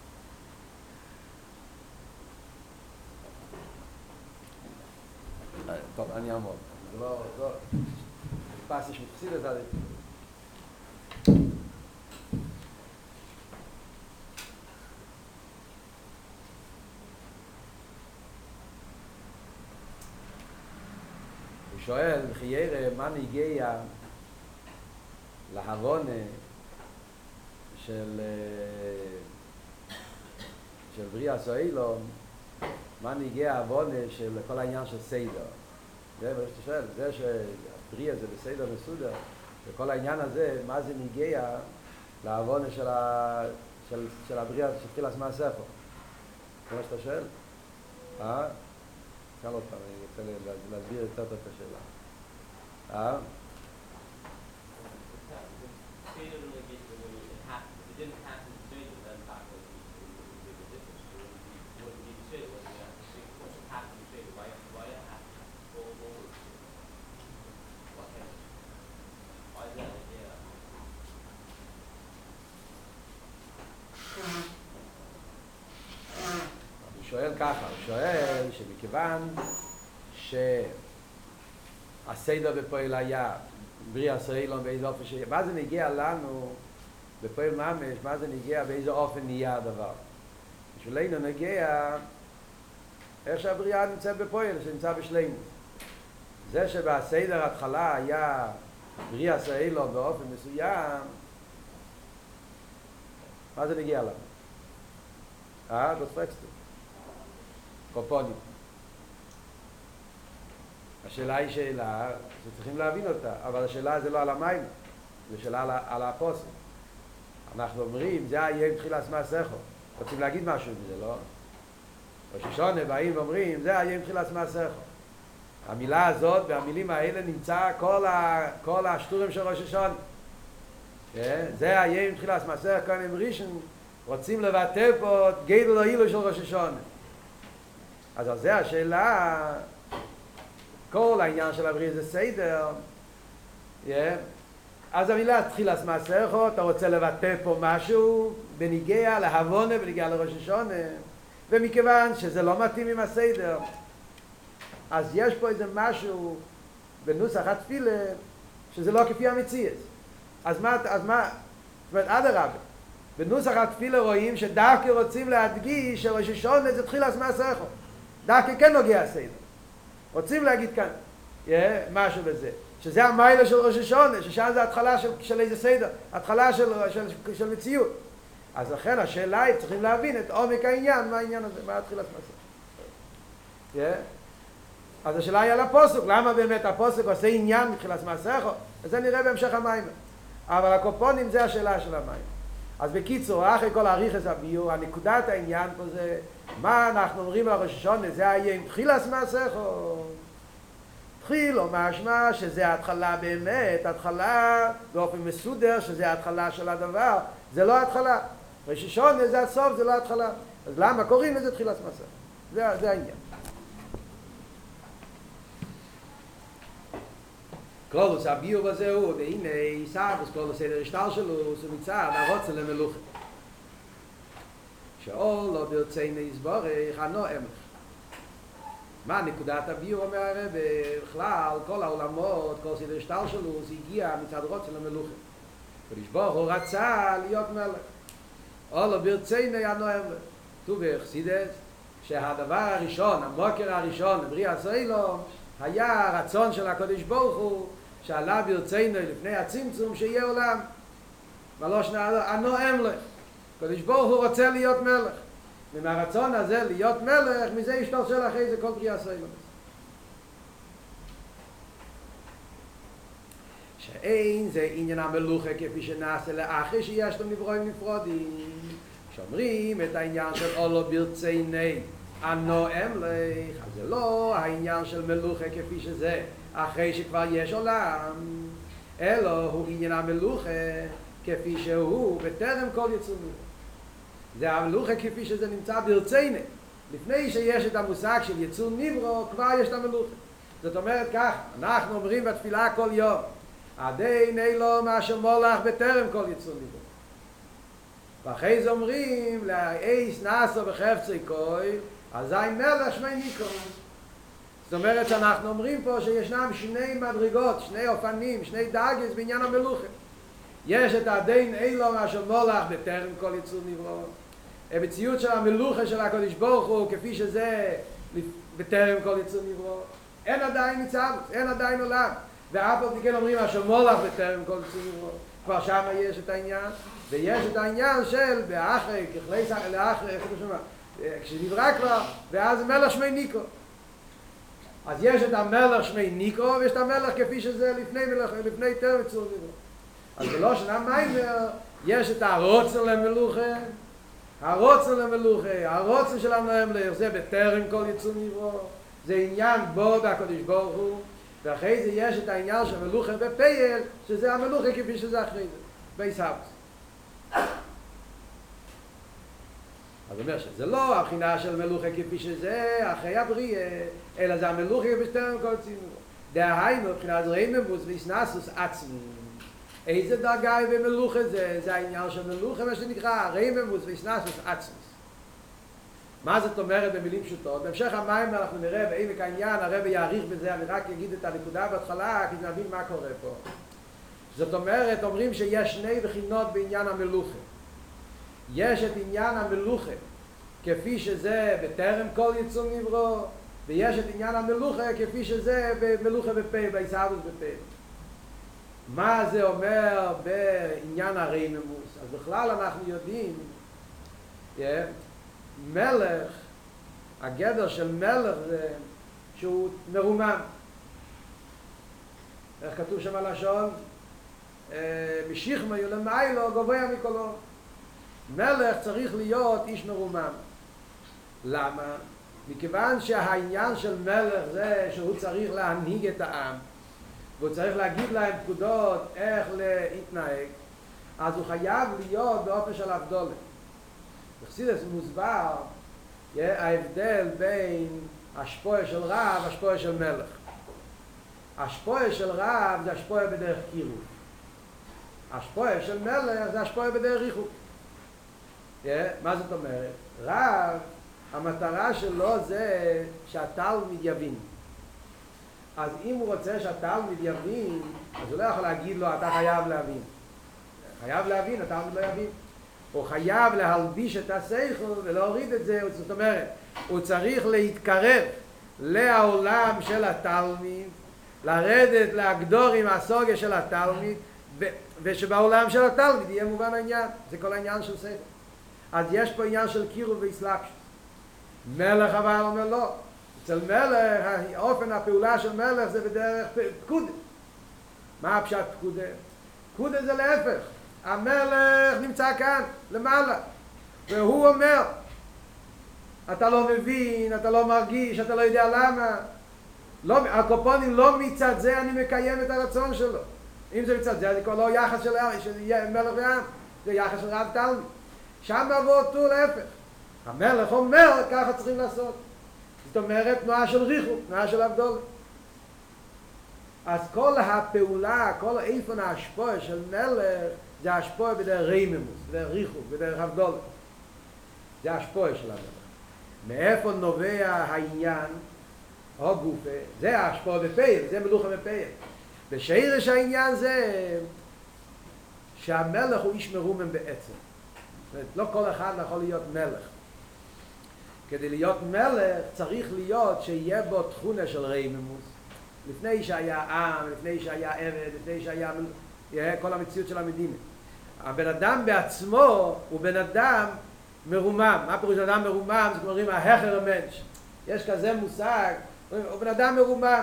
טוב, אני אעמוד. זה לא... פס יש מתחסיד את זה. שואל, חיירה, מה נגיע להבונה של בריאה סוילום, מה נגיע ההבונה של כל העניין של סיידר. זה מה שאתה שואל, זה שהבריאה זה בסיידר מסודר, וכל העניין הזה, מה זה נגיע להבונה של הבריאה שתחיל עצמה ספר. זה מה שאתה שואל? שאל עוד פעם, אני רוצה להסביר יותר טוב את השאלה. הוא שואל ככה, הוא שואל שמכיוון שהסדר בפועל היה בריאה סוילום באיזה אופן מה זה נגיע לנו בפועל ממש, מה זה נגיע באיזה אופן נהיה הדבר. בשבילנו נגיע איך שהבריאה נמצאת בפועל, שנמצא בשלנו. זה שבסדר ההתחלה היה בריאה סוילום באופן מסוים, מה זה נגיע לנו? דוספקסטו. קופונים. השאלה היא שאלה שצריכים להבין אותה, אבל השאלה זה לא על המים, זה שאלה על הפוסק. אנחנו אומרים, זה יהיה עם תחילת מעשיכו. רוצים להגיד משהו מזה, לא? ראש השונה באים ואומרים, זה יהיה עם תחילת מעשיכו. המילה הזאת והמילים האלה נמצא כל השטורים של ראש השונה. זה יהיה עם תחילת מעשיכו, כאן הם ראשון רוצים לבטא פה גדול האילו של ראש השונה. אז על זה השאלה, כל העניין של הבריאה זה סדר, אז המילה תחילת מעשיכו, אתה רוצה לבטא פה משהו בניגיע להבונה, בניגיע לראש השונה, ומכיוון שזה לא מתאים עם הסדר, אז יש פה איזה משהו בנוסח התפילה שזה לא כפי המציאות. אז מה, זאת אומרת, אדרבה, בנוסח התפילה רואים שדווקא רוצים להדגיש שראש השונה זה תחילת מעשיכו. דווקא כן נוגע הסדר. רוצים להגיד כאן משהו בזה. שזה המיילה של ראש השונה, ששם זה התחלה של איזה סדר, התחלה של מציאות. אז לכן השאלה היא, צריכים להבין את עומק העניין, מה העניין הזה, מה התחילת מעשיכו. אז השאלה היא על הפוסק, למה באמת הפוסק עושה עניין מתחילת מעשיכו? אז זה נראה בהמשך המים. אבל הקופונים זה השאלה של המים. אז בקיצור, אחרי כל האריכות הביור, הנקודת העניין פה זה, מה אנחנו אומרים על ראש השונה, זה היה עם תחילת מעשיכו. תחיל או משמע שזה ההתחלה באמת, התחלה באופן מסודר, שזה ההתחלה של הדבר, זה לא ההתחלה. ראש השונה זה הסוף, זה לא ההתחלה. אז למה קוראים לזה תחילת מעשיכו? זה העניין. קלולוס הביור הזה הוא, והנה סבוס, קלולוס סדר השטר שלו, זה מצד הרוצן למלוכה. שאול לא ברצינו יסבורך הנועם. מה נקודת הביור אומר הרב? בכלל, כל העולמות, כל סדר שטל שלו, זה הגיע מצד רוצן למלוכה. הקדוש ברוך הוא רצה להיות מלך. או לא ברצינו הנועם. כתוב בחסידות שהדבר הראשון, המוקר הראשון, בריאת האילום, היה הרצון של הקדוש ברוך הוא שעלה ברצינו לפני הצמצום שיהיה עולם. מלושן הנועם לך. הקדוש ברוך הוא רוצה להיות מלך. ומהרצון הזה להיות מלך, מזה ישתלשל אחרי זה כל בריאת האילום. שאין זה עניין המלוכה כפי שנעשה לאחרי שיש לו נברואים נפרודים. שאומרים את העניין של אולו ברצינו הנועם לך, אז זה לא העניין של מלוכה כפי שזה אחרי שכבר יש עולם, אלא הוא עניין המלוכה כפי שהוא בטרם כל יצור נברא. זה המלוכה כפי שזה נמצא ברצינו. לפני שיש את המושג של יצור נברא, כבר יש את המלוכה. זאת אומרת כך, אנחנו אומרים בתפילה כל יום, עדיין אילום אשר מולך בטרם כל יצור נברא. ואחרי זה אומרים, לאיס נעשו בחפצי כוי, אזי מלך שמי ניקרו. זאת אומרת שאנחנו אומרים פה שישנם שני מדרגות, שני אופנים, שני דרגות בעניין המלוכה. יש את עדיין אילום אשר מולך בטרם כל יצור נברא. המציאות של המלוכה של הקדוש ברוך הוא כפי שזה בטרם כל יצור נברא. אין עדיין מצוות, אין עדיין עולם. ואף על כן אומרים אשר מולך בטרם כל יצור נברא. כבר שם יש את העניין, ויש את העניין של באחרי, לאחרי, איך אתה שומע? כשנברא כבר, ואז מלך שמי ניקרו. אז יש את המלך שמי ניקרו, ויש את המלך כפי שזה לפני טרם יצור נברא. אז בלושן המיימר יש את הרוצן למלוכה, הרוצן של הנועם לך, זה בטרם כל יצור נברא, זה עניין בו הקדוש ברוך הוא, ואחרי זה יש את העניין של מלוכה בפייל, שזה המלוכה כפי שזה אחרי זה, בייס האוס. אז אומר שזה לא הבחינה של מלוכה כפי שזה אחרי הבריאה, אלא זה המלוכה בטרם כל יצור נברא. דהיינו, מבחינת ריימבוס ויסנסוס עצמי. איזה דרגה במלוכה זה? זה העניין של מלוכה, מה שנקרא ריימבוס ויסנסוס עצמי. מה זאת אומרת במילים פשוטות? בהמשך המים אנחנו נראה בעמק העניין, הרב יעריך בזה, אני רק אגיד את הנקודה בהתחלה, כי נבין מה קורה פה. זאת אומרת, אומרים שיש שני בחינות בעניין המלוכה. יש את עניין המלוכה, כפי שזה בטרם כל יצור נברא, ויש את עניין המלוכה, כפי שזה במלוכה בפה, בהישארות בפה. מה זה אומר בעניין הריימבוס? אז בכלל אנחנו יודעים, מלך, הגדר של מלך זה שהוא מרומם. איך כתוב שם הלשון? משיחמא יולמיילו גבוה מכולו. מלך צריך להיות איש מרומם. למה? מכיוון שהעניין של מלך זה שהוא צריך להנהיג את העם, והוא צריך להגיד להם פקודות איך להתנהג, אז הוא חייב להיות באופן של הבדולה. בחסידות מוסבר ההבדל בין השפועה של רב והשפועה של מלך. השפועה של רב זה השפועה בדרך קירוב. השפועה של מלך זה השפועה בדרך ריחוק. מה זאת אומרת? רב, המטרה שלו זה שהתלמיד יבין. אז אם הוא רוצה שהתלמיד יבין, אז הוא לא יכול להגיד לו, אתה חייב להבין. חייב להבין, התלמיד לא יבין. הוא חייב להלביש את השכל ולהוריד את זה. זאת אומרת, הוא צריך להתקרב לעולם של התלמיד, לרדת להגדור עם הסוגיה של התלמיד, ושבעולם של התלמיד יהיה מובן העניין. זה כל העניין של סדר. אז יש פה עניין של קירוב והסלבשות. מלך אבל אומר לא. אצל מלך, אופן הפעולה של מלך זה בדרך פקודה. מה הפשט פקודה? פקודה זה להפך. המלך נמצא כאן, למעלה. והוא אומר, אתה לא מבין, אתה לא מרגיש, אתה לא יודע למה. לא, הקופונים לא מצד זה אני מקיים את הרצון שלו. אם זה מצד זה, זה כבר לא יחס של מלך ועם. זה יחס של רב תלמיד. שם עבור אותו להפך. המלך אומר, ככה צריכים לעשות. זאת אומרת, תנועה של ריחוק, תנועה של הבדולה. אז כל הפעולה, כל איפן ההשפועה של מלך, זה השפועה בדרך ריימבוס, בדרך ריחוק, בדרך הבדולה. זה השפועה של המלך. מאיפה נובע העניין, או גופה, זה השפועה בפייל, זה מלוכה בפייל. בשרש העניין זה שהמלך הוא איש מרומן בעצם. זאת אומרת, לא כל אחד יכול להיות מלך. כדי להיות מלך צריך להיות שיהיה בו תכונה של רייממוס. לפני שהיה עם, לפני שהיה עבד, לפני שהיה כל המציאות של המדינה. הבן אדם בעצמו הוא בן אדם מרומם. מה פירוש אדם מרומם? זה אומרים ההכר המנש. יש כזה מושג, הוא בן אדם מרומם.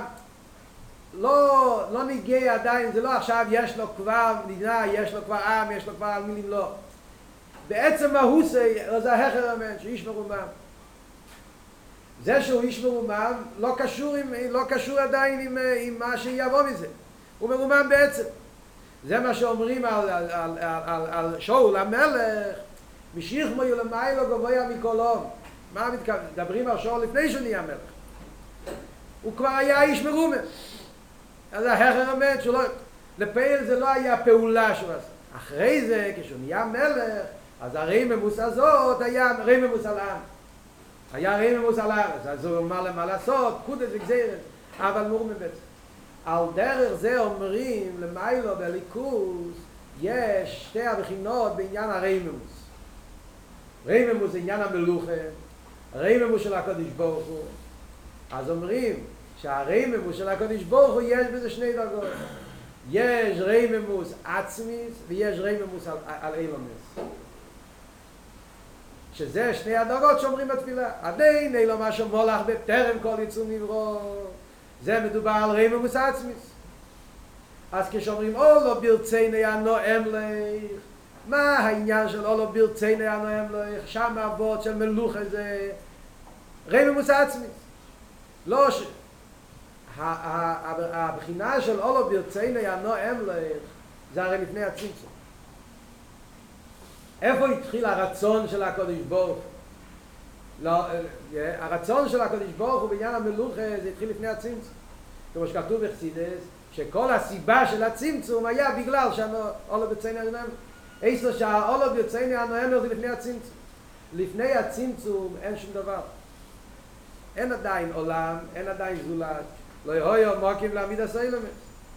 לא נגיע עדיין, זה לא עכשיו יש לו כבר מדינה, יש לו כבר עם, יש לו כבר על מילים, לא. בעצם מהות זה ההכר המנש, איש מרומם. זה שהוא איש מרומם לא קשור עדיין עם מה שיבוא מזה. הוא מרומם בעצם. זה מה שאומרים על שאול המלך, משיך מו ילמיילו גבוה מכל. מה מדברים על שאול לפני שהוא נהיה מלך? הוא כבר היה איש מרומם. אז ההכר האמת שלו, לפעיל זה לא היה פעולה שהוא עשה. אחרי זה, כשהוא נהיה מלך, אז הרייממוס הזאת היה רייממוס על העם. היה רייממוס על הארץ, אז הוא אומר למה לעשות, קודש וגזירת, אבל מורמם בעצם. על דרך זה אומרים למיילו בליכוס, יש שתי הבחינות בעניין הרייממוס. רייממוס זה עניין המלוכה, הרייממוס של הקדוש ברוך הוא. אז אומרים שהרייממוס של הקדוש ברוך הוא יש בזה שני דרגות. יש רייממוס עצמיס ויש רייממוס על אילומס. שזה שני הדרגות שאומרים בתפילה. עדיין אילו מה שמולך בטרם כל יצור נברוא. זה מדובר על רייממוס עצמיס. אז כשאומרים אולו ברצייני הנועם לך, מה העניין של אולו ברצייני הנועם לך? שם אבות של מלוכה זה רייממוס עצמיס. לא ש... הבחינה של אולו ברצייני הנועם לך זה הרי לפני הצמצום. איפה התחיל הרצון של הקדוש ברוך? לא, הרצון של הקדוש ברוך הוא בעניין המלוכה זה התחיל לפני הצמצום. כמו שכתוב בחסידות, שכל הסיבה של הצמצום היה בגלל שהאולו ברצייני הנועם. איסו שהאולו ברצייני הנועם זה לפני הצמצום. לפני הצמצום אין שום דבר. אין עדיין עולם, אין עדיין זולת. לא יהיו מוקים להעמיד הסוילמס.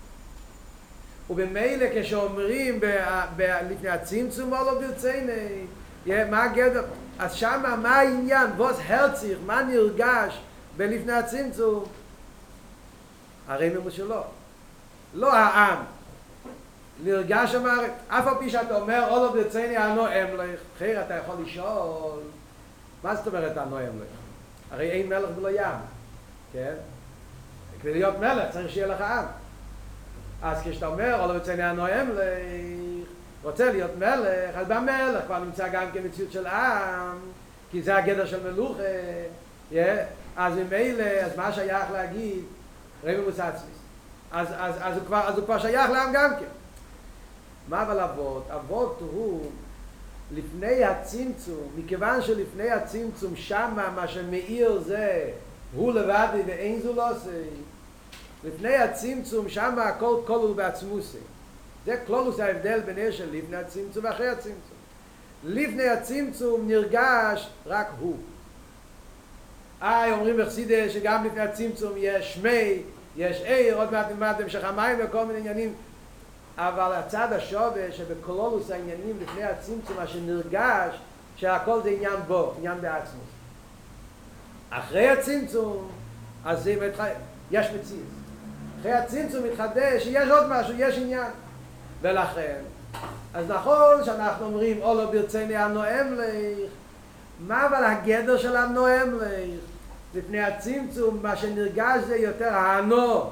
ובמילא כשאומרים לפני הצמצום אולו ברצייני, מה הגדר? אז שמה מה העניין? ווס הרציך, מה נרגש בלפני הצמצום? הרייממוס שלו. לא העם. נרגש אמר, אף על פי שאתה אומר אולו ברצייני הנועם לך, אחר אתה יכול לשאול, מה זאת אומרת הנועם לך? הרי אין מלך בלא ים, כן? כדי להיות מלך צריך שיהיה לך עם. אז כשאתה אומר, אולו ברצייני הנועם לך, רוצה להיות מלך, אז במלך כבר נמצא גם כמציאות של עם, כי זה הגדר של מלוכה, אז ממילא, אז מה שייך להגיד? רייממוס עצמיס. אז הוא כבר שייך לעם גם כן. מה אבל אבות? אבות הוא לפני הצמצום, מכיוון שלפני הצמצום שמה מה שמאיר זה הוא לבד ואין זו לא עושה. לפני הצמצום שמה הכל כלול בעצמוסי. זה כלולוס ההבדל ביני של לפני הצמצום ואחרי הצמצום. לפני הצמצום נרגש רק הוא. אומרים בחסידות שגם לפני הצמצום יש שמי, יש עיר, עוד מעט נלמד המשך המים וכל מיני עניינים. אבל הצד השווה שבכלולוס העניינים לפני הצמצום, מה שנרגש שהכל זה עניין בו, עניין בעצמו. אחרי הצמצום, אז יש מציאות. אחרי הצמצום מתחדש שיש עוד משהו, יש עניין. ולכן, אז נכון שאנחנו אומרים אולו ברצייני הנועם לך, מה אבל הגדר של הנועם לך? לפני הצמצום, מה שנרגש זה יותר הענו.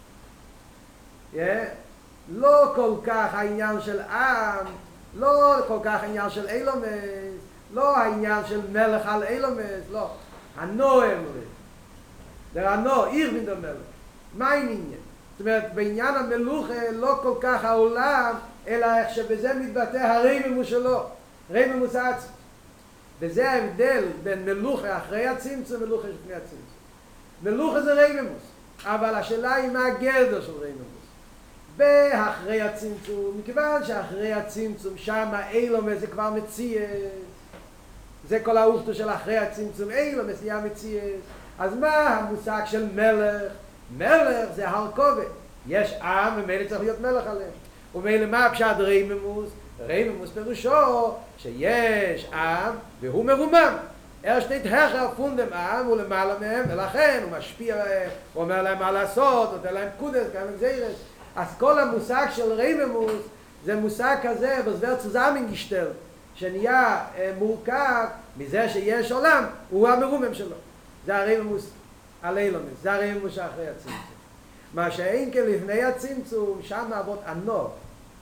לא כל כך העניין של עם, לא כל כך העניין של אילומס, לא העניין של מלך על אילומס, לא. הנועם לך. זה הנו, עיר מן המלך. מה העניין? זאת אומרת, בעניין המלוכה לא כל כך העולם, אלא איך שבזה מתבטא הרייממוס שלו, רייממוס עצמי. וזה ההבדל בין מלוכה אחרי הצמצום ומלוכה לפני הצמצום. מלוכה זה רייממוס, אבל השאלה היא מה הגדר של רייממוס. באחרי הצמצום, מכיוון שאחרי הצמצום שם אילומס זה כבר מציאות, זה כל האופטו של אחרי הצמצום, אילומס נהיה מציאס. אז מה המושג של מלך? מלך זה הרכובת. יש עם ומילא צריך להיות מלך עליהם. ומילא מה הפשט רייממוס? רייממוס פירושו שיש עם והוא מרומם. שני תהכר פונדם עם הוא למעלה מהם, ולכן הוא משפיע להם, הוא אומר להם מה לעשות, נותן להם פקודס, כאן גזירס. אז כל המושג של רייממוס זה מושג כזה, בזבר צוזמנגשטל, שנהיה מורכב מזה שיש עולם, הוא המרומם שלו. זה הרייממוס על אילומס, זה הרייממוס שאחרי הצמצום. מה שאין כלפני הצמצום, שם אבות הנור.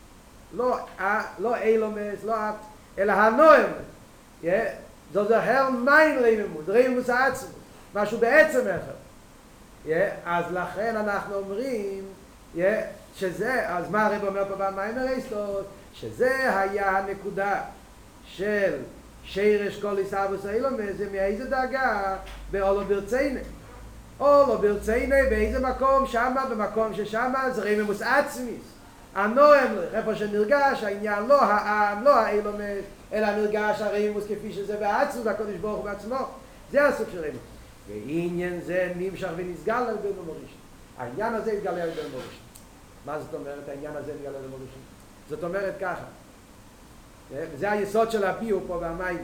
לא אילומס, אלא הנועם. זאת זהר מיין רייממוס, רייממוס העצמוס, משהו בעצם אחר. אז לכן אנחנו אומרים, שזה, אז מה הרב אומר פה במיימר אייסטות? שזה היה הנקודה של שירש כל איסאבוס אילומס, זה מאיזה דרגה? באולו ברצייני. אולו ברצייני באיזה מקום? שמה, במקום ששמה זה רייממוס עצמיס. הנועם, איפה שנרגש, העניין לא העם, לא האילומס, אלא נרגש הרייממוס כפי שזה בעצמוס, הקדוש ברוך הוא בעצמו. זה הסוג של רייממוס. ועניין זה נמשך ונסגל על בנו מורישן. העניין הזה יתגלה על בנו מורישן. מה זאת אומרת העניין הזה יתגלה על בנו מורישן? זאת אומרת ככה. זה היסוד של הביור פה והמים.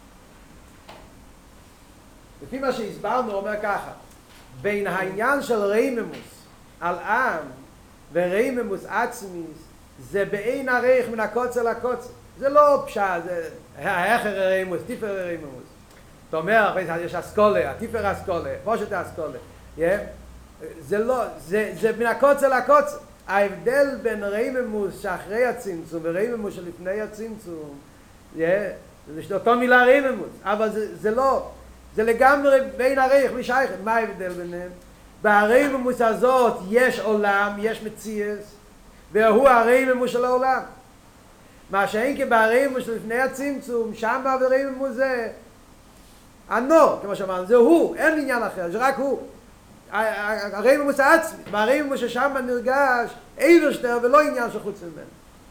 לפי מה שהסברנו אומר ככה. בין העניין של רייממוס על עם ורייממוס עצמיס זה בעין ערך מן הקוצר לקוצר. זה לא פשט, זה האחר רייממוס, טיפר רייממוס. זאת אומרת, יש אסכולה, הטיפר אסכולה, פושט אסכולה. זה לא, זה מן הקוצר לקוצר. ההבדל בין רייממוס שאחרי הצמצום ורייממוס שלפני הצמצום, זה אותו מילה רייממוס, אבל זה לא, זה לגמרי בין הרייך משייכת. מה ההבדל ביניהם? ברייממוס הזאת יש עולם, יש מציאס, והוא הרייממוס של העולם. מה שאין כברייממוס שלפני הצמצום, שם ברייממוס זה הנור, כמו שאמרנו, זה הוא, אין עניין אחר, זה רק הוא. הרייממוס העצמי, ברייממוס ששם נרגש איברשטר ולא עניין שחוץ ממנו.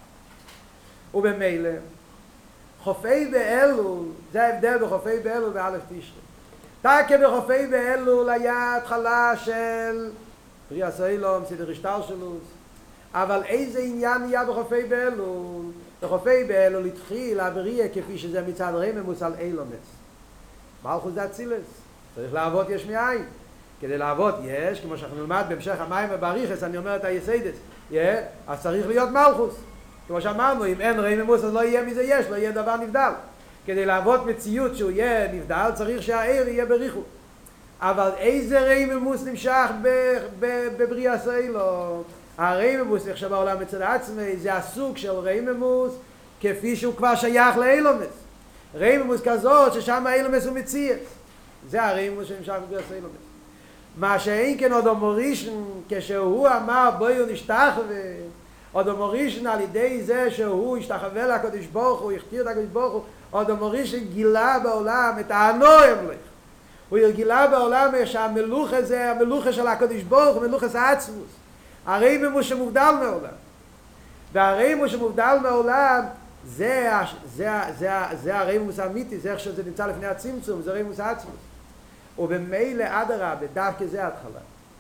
ובמילא, חופי באלול, זה ההבדל בחופי באלול באלף תשרי. תקה בחופי באלול היה התחלה של בריאת אילום, סדר השתלשלות, אבל איזה עניין נהיה בחופי באלול? בחופי באלול התחיל הבריאה כפי שזה מצד רייממוס על אילומס. מלכות זה אצילס, צריך לעבוד יש מאין. כדי לעבוד יש, כמו שאנחנו נלמד בהמשך המים ובריחס, אני אומר את היסיידס, אז צריך להיות מלכוס. כמו שאמרנו, אם אין רייממוס אז לא יהיה מזה יש, לא יהיה דבר נבדל. כדי לעבוד מציאות שהוא יהיה נבדל, צריך שהעיר יהיה בריחו. אבל איזה רייממוס נמשך בבריאת אילום? הרייממוס, איך שבעולם מצד עצמי, זה הסוג של רייממוס, כפי שהוא כבר שייך לאילומס. רייממוס כזאת, ששם האילומס הוא מציאס. זה הרייממוס שנמשך בבריאת אילומס. מה שאין כן עוד המורישן, כשהוא אמר בואי הוא נשתחווה, עוד המורישן על ידי זה שהוא השתחווה לקדוש ברוך הוא, הכתיר את הקדוש ברוך הוא, עוד המורישן גילה בעולם את הנועם לך. הוא גילה בעולם שהמלוכה זה המלוכה של הקדוש ברוך הוא, מלוכת העצמוס. הרייממוס שמובדל מעולם. והרייממוס שמובדל מעולם, זה הרייממוס האמיתי, זה איך שזה נמצא לפני הצמצום, זה רייממוס העצמוס. ובמילא אדרבה, דווקא זה ההתחלה.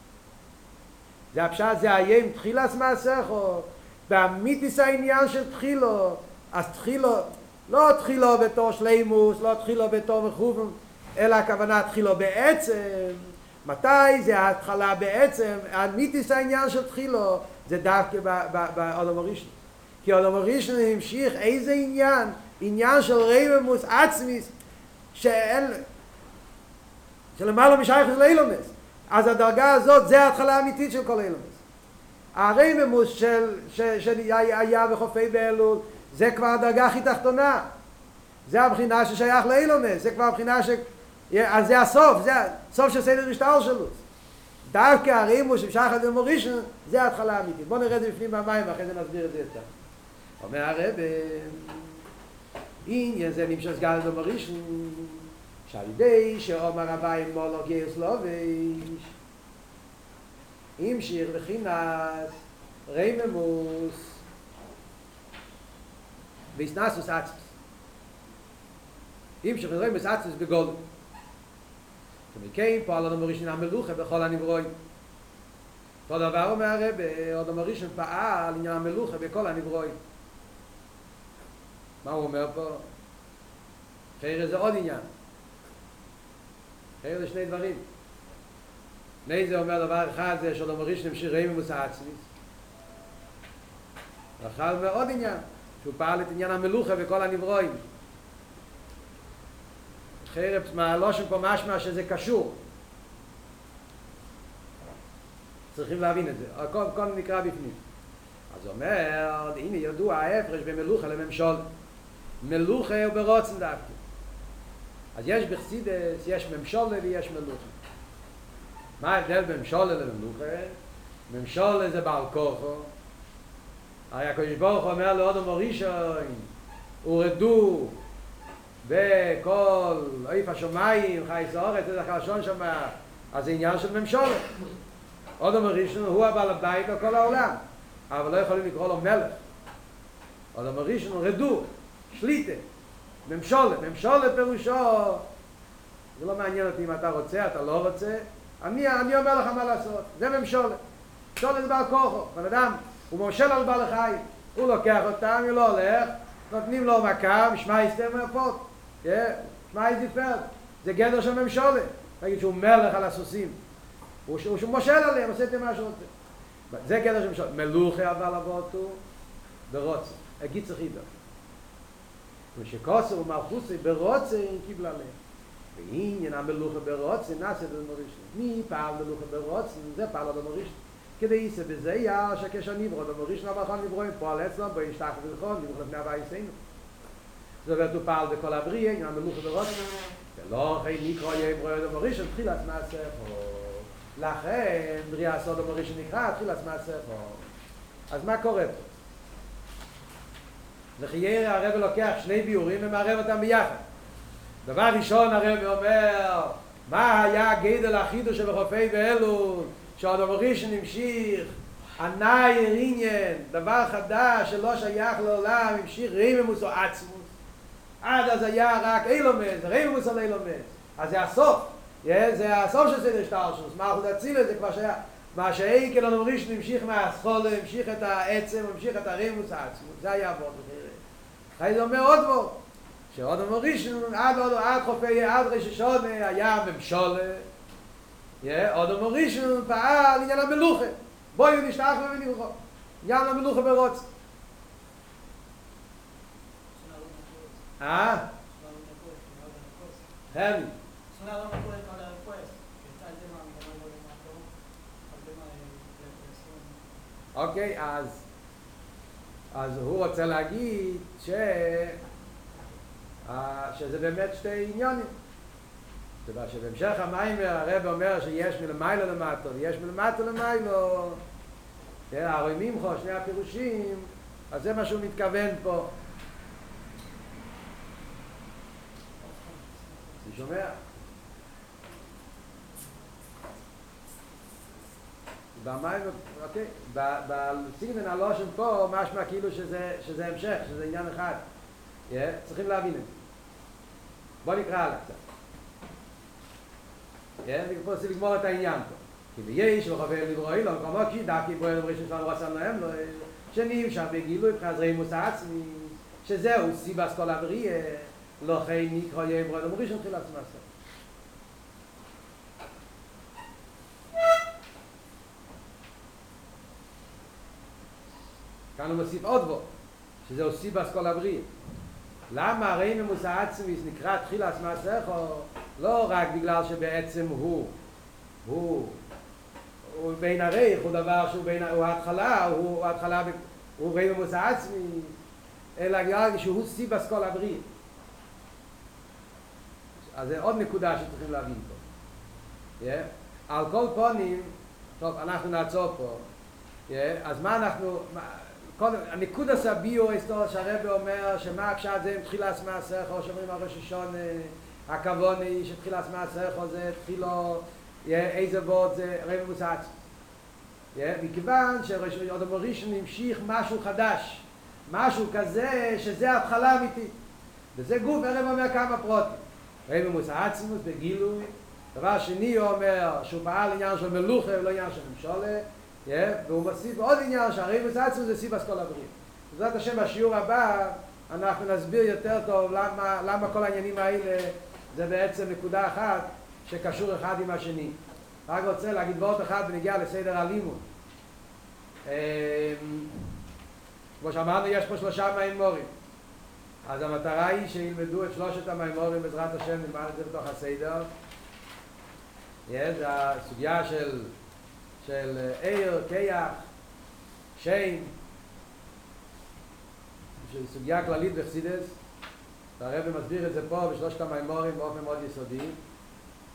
זה הפשט, זה היה עם תחילת מעשך, או באמיתיס העניין של תחילו, אז תחילו, לא תחילו בתור שלימוס, לא תחילו בתור מחובם, אלא הכוונה תחילו בעצם. מתי זה ההתחלה בעצם? האמיתיס העניין של תחילו, זה דווקא באדם הראשון. כי האדם הראשון המשיך איזה עניין? עניין של רייממוס עצמיס, שלמעלה משייך לאילומס. אז הדרגה הזאת, זה ההתחלה האמיתית של כל אילומס. הרייממוס שהיה בחופי באלול, זה כבר הדרגה הכי תחתונה. זה הבחינה ששייך לאילומס, זה כבר הבחינה אז זה הסוף, זה הסוף של סדר השתלשלות. דווקא הרייממוס שמשייך לאדם הראשון, זה ההתחלה האמיתית. בואו נרד בפנים במים ואחרי זה נסביר את זה יותר. אומר הרב, עניין זה נמשך סגל לאדם הראשון, שעל ידי שאומר הבאים מולו גייס לובש המשיך לבחינת רייממוס והסנסוס עצמוס. אם שחזרים מסעצמוס בגולו. ומכן פועל אדם הראשון המלוכה בכל הנברואים. אותו דבר אומר הרב, אדם הראשון פעל עניין המלוכה בכל הנברואים. מה הוא אומר פה? חיירה זה עוד עניין. חיירה זה שני דברים. לפני זה אומר דבר אחד, זה שאדם הראשון המשיך רעים ומסעצמוס. ואחר אומר עוד עניין, שהוא פעל את עניין המלוכה בכל הנברואים. חרב מהלושן פה משמע שזה קשור. צריכים להבין את זה. הכל נקרא בפנים. אז אומר, הנה ידוע ההפרש בין מלוכה לממשול. מלוכה הוא ברוצן דווקא. אז יש בחסידות, יש ממשולה ויש מלוכה. מה ההבדל בין ממשולה למלוכה? ממשולה זה בעל כוחו. הרי הקדוש ברוך הוא אומר לאדם הראשון, ורדו בכל עוף השמיים, חייס הארץ, זה הלשון שם, אז זה עניין של ממשלה. אדם הראשון הוא הבעל הבית על כל העולם, אבל לא יכולים לקרוא לו מלך. אדם הראשון רדו, שליטה, ממשלה פירושו, זה לא מעניין אותי אם אתה רוצה, אתה לא רוצה, אני אומר לך מה לעשות, זה ממשלה. ממשלה זה בעל כוחו, בן אדם, הוא מושל על בעל החיים, הוא לוקח אותם, הוא לא הולך, נותנים לו מכה, משמע יסתם מהפות. שמע יזיפרד, זה גדר של ממשלה. נגיד שהוא מלך על הסוסים. הוא מושל עליהם, עושה את מה שהוא רוצה. זה גדר של ממשלה. מלוכה אבל אבותו ברוצה. הגיד צריך איתו. ושכוסר ומלכוסי ברוצה קיבלה להם. ועניין המלוכה ברוצה נעשה במורישן. מי פעל מלוכה ברוצה? זה פעל במורישן. כדי יישא בזה היה שכשע נברוא, במורישן המלכון נברואים פועל אצלם, בו ישתח ולכון, נברוא לפני הבא יסיינו. זה עובר טופל בכל הבריאה, עניין המלוכה ברוצה. ולא אחרי נקרא יהיה ברוא אדם הראשון, תחילת מעשה חור. לכן, בריאה סוד אדם הראשון נקרא, תחילת מעשה חור. אז מה קורה פה? לחייר הרב לוקח שני ביורים ומערב אותם ביחד. דבר ראשון הרב אומר, מה היה גדל החידוש שבחופי באלול, שהאדם הראשון המשיך, ענאי עניין, דבר חדש שלא שייך לעולם, המשיך ריממוס או עצמוס. עד אז היה רק אילומס, ריממוס על אילומס. אז זה הסוף, זה הסוף של סדר שטרשוס. מה אנחנו נציל את זה כבר שהיה, מה שאין כאן האדם הראשון המשיך מהסחול, המשיך את העצם, המשיך את הריממוס העצמוס. זה היה עבוד. אחרי זה אומר עוד בו, שהאדם הראשון עד חופי, עד ראש השונה היה ממשלה, אדם הראשון פעל עניין המלוכה. בואו נשתח ונברוא. עניין המלוכה ברוצה. חמי. אוקיי, אז הוא רוצה להגיד שזה באמת שתי עניונים. שבהמשך המים הרב אומר שיש מלמעלה למטה ויש מלמטה למיילו. הרואים חו, שני הפירושים, אז זה מה שהוא מתכוון פה. אני שומע? במים, אוקיי, בסיגנן הלושן פה משמע כאילו שזה המשך, שזה עניין אחד. צריכים להבין את זה. בואו נקרא הלאה קצת. אני פה רוצה לגמור את העניין פה. כי ויש וחבר לברואי לא כמו כי דקי בו אדם ראשון שלנו רצה להם לו שנמשך בגילוי בחזרי מוסע עצמי שזהו סיבס כל הבריאה לא חי נקרא יהיה בו אדם ראשון תחילת מעשה. כאן הוא מוסיף עוד בו שזהו סיבס כל הבריאה. למה הרי ממוסע עצמי נקרא תחילת מעשה לא רק בגלל שבעצם הוא בין הרייך, הוא דבר הוא ההתחלה, הוא ראי ממוסע עצמי, אלא גם שהוא סיבס כל הבריא. אז זה עוד נקודה שצריכים להבין פה. על כל פונים, טוב, אנחנו נעצור פה. אז מה אנחנו, הנקודה סביו ההיסטוריה שהרבא אומר שמה הקשת זה עם תחילת מעשה או שאומרים הראש השון הכוון היא שתחילת מעשה או זה תחילו איזה בוד זה רבא מוסעץ מכיוון שאדם הראשון המשיך משהו חדש משהו כזה שזה ההתחלה האמיתית וזה גוף הרב אומר כמה פרוטים. רב מוסא עצמוס בגילוי. דבר שני הוא אומר שהוא פעל עניין של מלוכה ולא עניין של ממשלה, והוא מוסיף עוד עניין שהרב מוסא עצמוס זה סיבס כל הברית. בעזרת השם בשיעור הבא אנחנו נסביר יותר טוב למה כל העניינים האלה זה בעצם נקודה אחת שקשור אחד עם השני. רק רוצה להגיד ועוד אחד ונגיע לסדר הלימוד. כמו שאמרנו, יש פה 3 מימורים. אז המטרה היא שילמדו את 3 המימורים בעזרת השם, נלמד את זה בתוך הסדר. זה הסוגיה של עיר, כיח, שם, סוגיה כללית בחסידות. והרב מסביר את זה פה ב3 המימורים באופן מאוד יסודי.